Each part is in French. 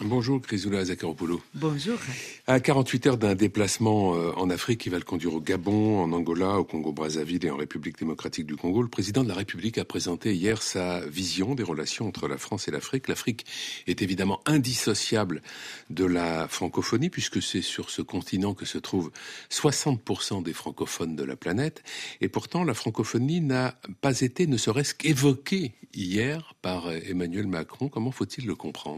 Bonjour Chrysoula Zakharopoulou. Bonjour. À 48 heures d'un déplacement en Afrique qui va le conduire au Gabon, en Angola, au Congo-Brazzaville et en République démocratique du Congo, le président de la République a présenté hier sa vision des relations entre la France et l'Afrique. L'Afrique est évidemment indissociable de la francophonie puisque c'est sur ce continent que se trouvent 60% des francophones de la planète. Et pourtant, la francophonie n'a pas été, ne serait-ce qu'évoquée hier par Emmanuel Macron. Comment faut-il le comprendre ?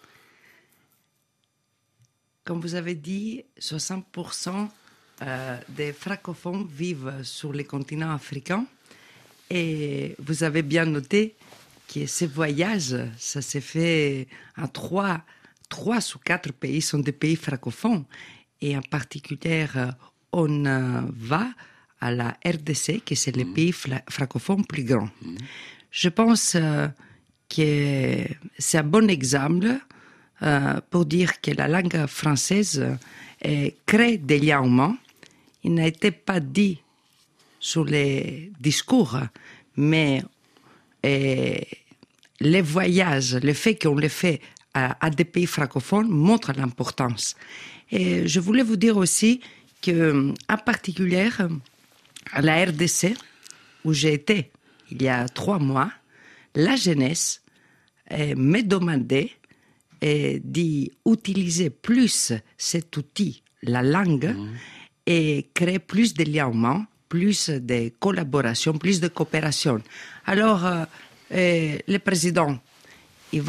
Comme vous avez dit, 60% des francophones vivent sur le continent africain. Et vous avez bien noté que ces voyages, ça s'est fait en 3 ou 4 pays sont des pays francophones. Et en particulier, on va à la RDC, qui c'est le pays francophone plus grand. Je pense que c'est un bon exemple pour dire que la langue française crée des liens humains. Il n'a été pas dit sur les discours, mais les voyages, le fait qu'on les fait à des pays francophones montre l'importance. Et je voulais vous dire aussi que, en particulier, à la RDC, où j'ai été il y a 3 mois, la jeunesse me demandait d'utiliser plus cet outil, la langue, et créer plus de liens humains, plus de collaboration, plus de coopération. Alors, le président, il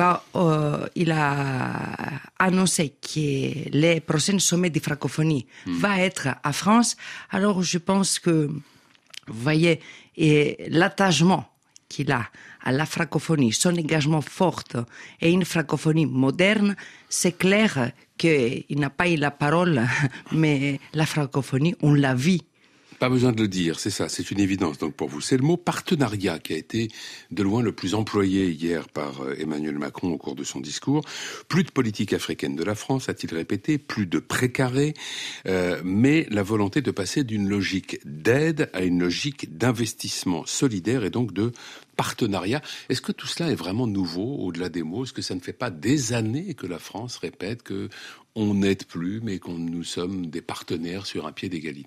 a annoncé que les prochains sommets de francophonie va être à France. Alors, je pense que, vous voyez, l'attachement qu'il a à la francophonie, son engagement fort et une francophonie moderne, c'est clair qu'il n'a pas eu la parole, mais la francophonie, on la vit. Pas besoin de le dire, c'est ça, c'est une évidence donc pour vous. C'est le mot partenariat qui a été de loin le plus employé hier par Emmanuel Macron au cours de son discours. Plus de politique africaine de la France, a-t-il répété, plus de précaré, mais la volonté de passer d'une logique d'aide à une logique d'investissement solidaire et donc de partenariat. Est-ce que tout cela est vraiment nouveau au-delà des mots ? Est-ce que ça ne fait pas des années que la France répète qu'on n'aide plus mais que nous sommes des partenaires sur un pied d'égalité ?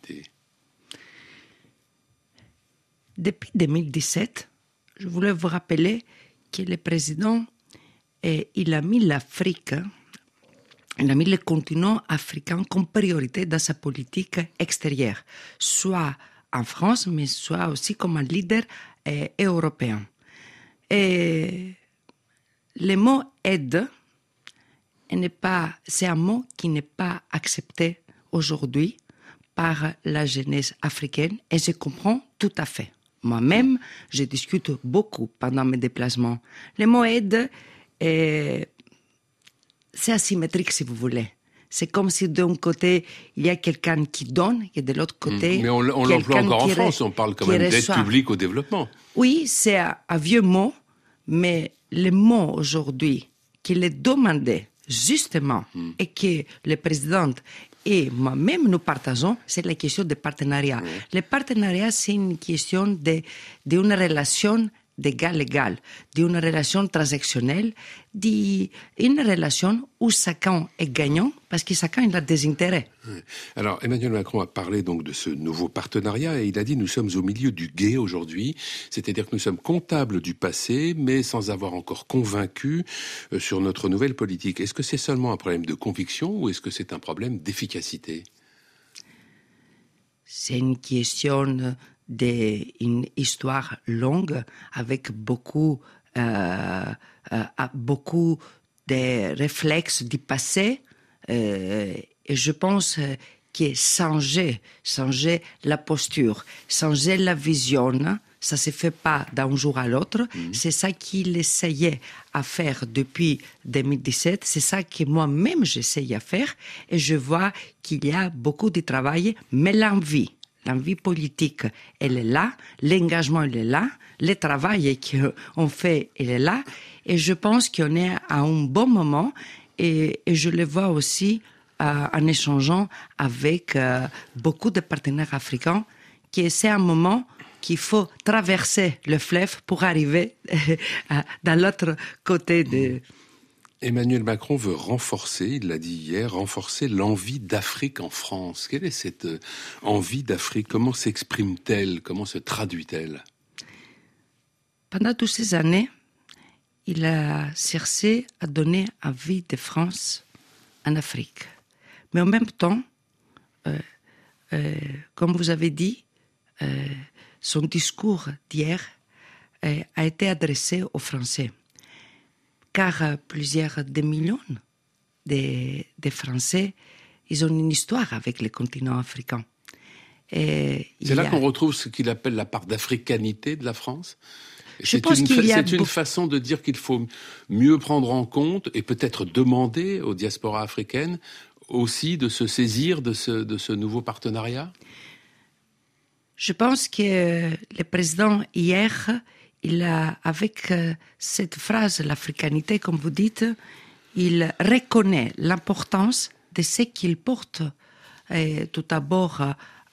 Depuis 2017, je voulais vous rappeler que le président, il a mis l'Afrique, il a mis le continent africain comme priorité dans sa politique extérieure, soit en France, mais soit aussi comme un leader européen. Et le mot aide c'est un mot qui n'est pas accepté aujourd'hui par la jeunesse africaine et je comprends tout à fait. Moi-même, je discute beaucoup pendant mes déplacements. Le mot aide, c'est asymétrique si vous voulez. C'est comme si d'un côté, il y a quelqu'un qui donne et de l'autre côté... Mais on l'emploie encore en France, on parle quand même d'aide publique au développement. Oui, c'est un vieux mot, mais le mot aujourd'hui qu'il est demandé justement et que le président et moi-même nous partageons, c'est la question des partenariats. Le partenariat, c'est une question d'une relation d'égal-égal, d'une relation transactionnelle, d'une relation où chacun est gagnant parce que chacun il a des intérêts. Alors Emmanuel Macron a parlé donc de ce nouveau partenariat et il a dit nous sommes au milieu du gué aujourd'hui, c'est-à-dire que nous sommes comptables du passé mais sans avoir encore convaincu sur notre nouvelle politique. Est-ce que c'est seulement un problème de conviction ou est-ce que c'est un problème d'efficacité ? C'est une question d'une histoire longue avec beaucoup de réflexes du passé et je pense que changer la posture, changer la vision, ça se fait pas d'un jour à l'autre. C'est ça qu'il essayait à faire depuis 2017. C'est ça que moi-même j'essaye à faire et je vois qu'il y a beaucoup de travail, mais l'envie politique, elle est là, l'engagement, elle est là, le travail qu'on fait, elle est là, et je pense qu'on est à un bon moment, et je le vois aussi en échangeant avec beaucoup de partenaires africains, que c'est un moment qu'il faut traverser le fleuve pour arriver dans l'autre côté de... Emmanuel Macron veut renforcer, il l'a dit hier, renforcer l'envie d'Afrique en France. Quelle est cette envie d'Afrique? Comment s'exprime-t-elle? Comment se traduit-elle? Pendant toutes ces années, il a cherché à donner envie de France en Afrique. Mais en même temps, comme vous avez dit, son discours d'hier a été adressé aux Français. Car plusieurs des millions de Français, ils ont une histoire avec le continent africain. C'est là qu'on retrouve ce qu'il appelle la part d'africanité de la France. C'est une façon de dire qu'il faut mieux prendre en compte et peut-être demander aux diasporas africaines aussi de se saisir de ce nouveau partenariat. Je pense que le président hier, il a, avec cette phrase, l'africanité, comme vous dites, il reconnaît l'importance de ce qu'il porte tout d'abord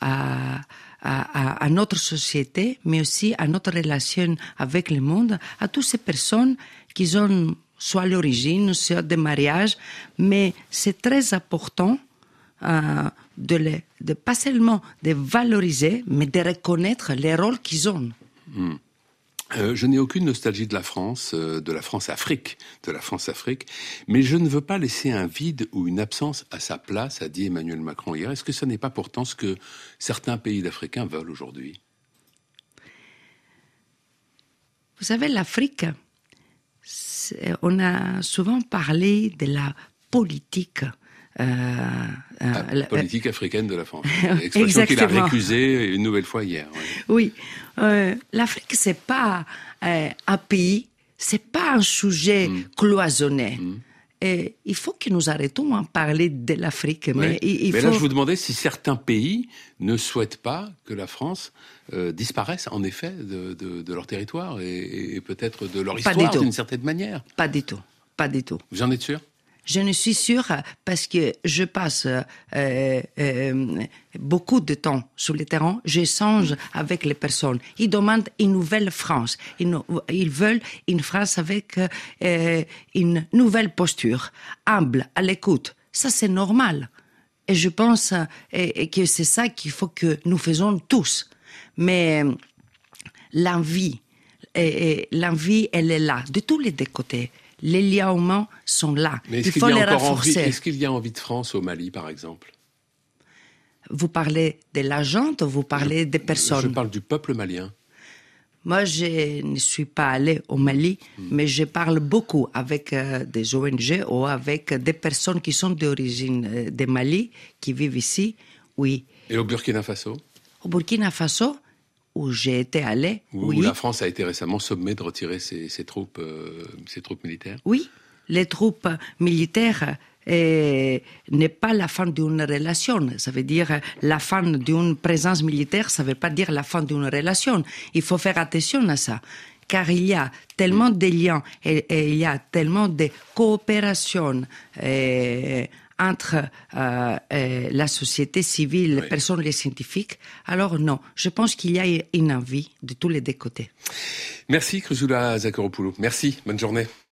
à notre société, mais aussi à notre relation avec le monde, à toutes ces personnes qui ont soit l'origine, soit des mariages, mais c'est très important de pas seulement de valoriser, mais de reconnaître les rôles qu'ils ont. Je n'ai aucune nostalgie de la France Afrique, mais je ne veux pas laisser un vide ou une absence à sa place, a dit Emmanuel Macron hier. Est-ce que ce n'est pas pourtant ce que certains pays d'Africains veulent aujourd'hui? Vous savez, l'Afrique, on a souvent parlé de la politique. La politique africaine de la France. Expression qu'il a récusée une nouvelle fois hier. Oui. L'Afrique, c'est pas un pays, c'est pas un sujet cloisonné. Et il faut que nous arrêtons à parler de l'Afrique. Mais là, je vous demandais si certains pays ne souhaitent pas que la France disparaisse, en effet, de leur territoire et peut-être de leur histoire, d'une certaine manière. Pas du tout. Pas du tout. Vous en êtes sûr? Je ne suis sûre parce que je passe beaucoup de temps sur le terrain, j'échange avec les personnes. Ils demandent une nouvelle France. Ils veulent une France avec une nouvelle posture, humble, à l'écoute. Ça, c'est normal. Et je pense que c'est ça qu'il faut que nous faisons tous. Mais l'envie, elle est là, de tous les deux côtés. Les liens humains sont là. Mais il faut les renforcer. Est-ce qu'il y a envie de France au Mali, par exemple? Vous parlez de la gente ou vous parlez des personnes? Je parle du peuple malien. Moi, je ne suis pas allée au Mali, mais je parle beaucoup avec des ONG ou avec des personnes qui sont d'origine de Mali, qui vivent ici, oui. Et au Burkina Faso? Au Burkina Faso, où j'ai été allée, oui. Où la France a été récemment sommée de retirer ses troupes militaires. Oui, les troupes militaires n'est pas la fin d'une relation. Ça veut dire la fin d'une présence militaire, ça ne veut pas dire la fin d'une relation. Il faut faire attention à ça. Car il y a tellement de liens et il y a tellement de coopération entre la société civile, les personnes, les scientifiques. Alors non, je pense qu'il y a une envie de tous les deux côtés. Merci Chrysoula Zacharopoulou. Merci, bonne journée.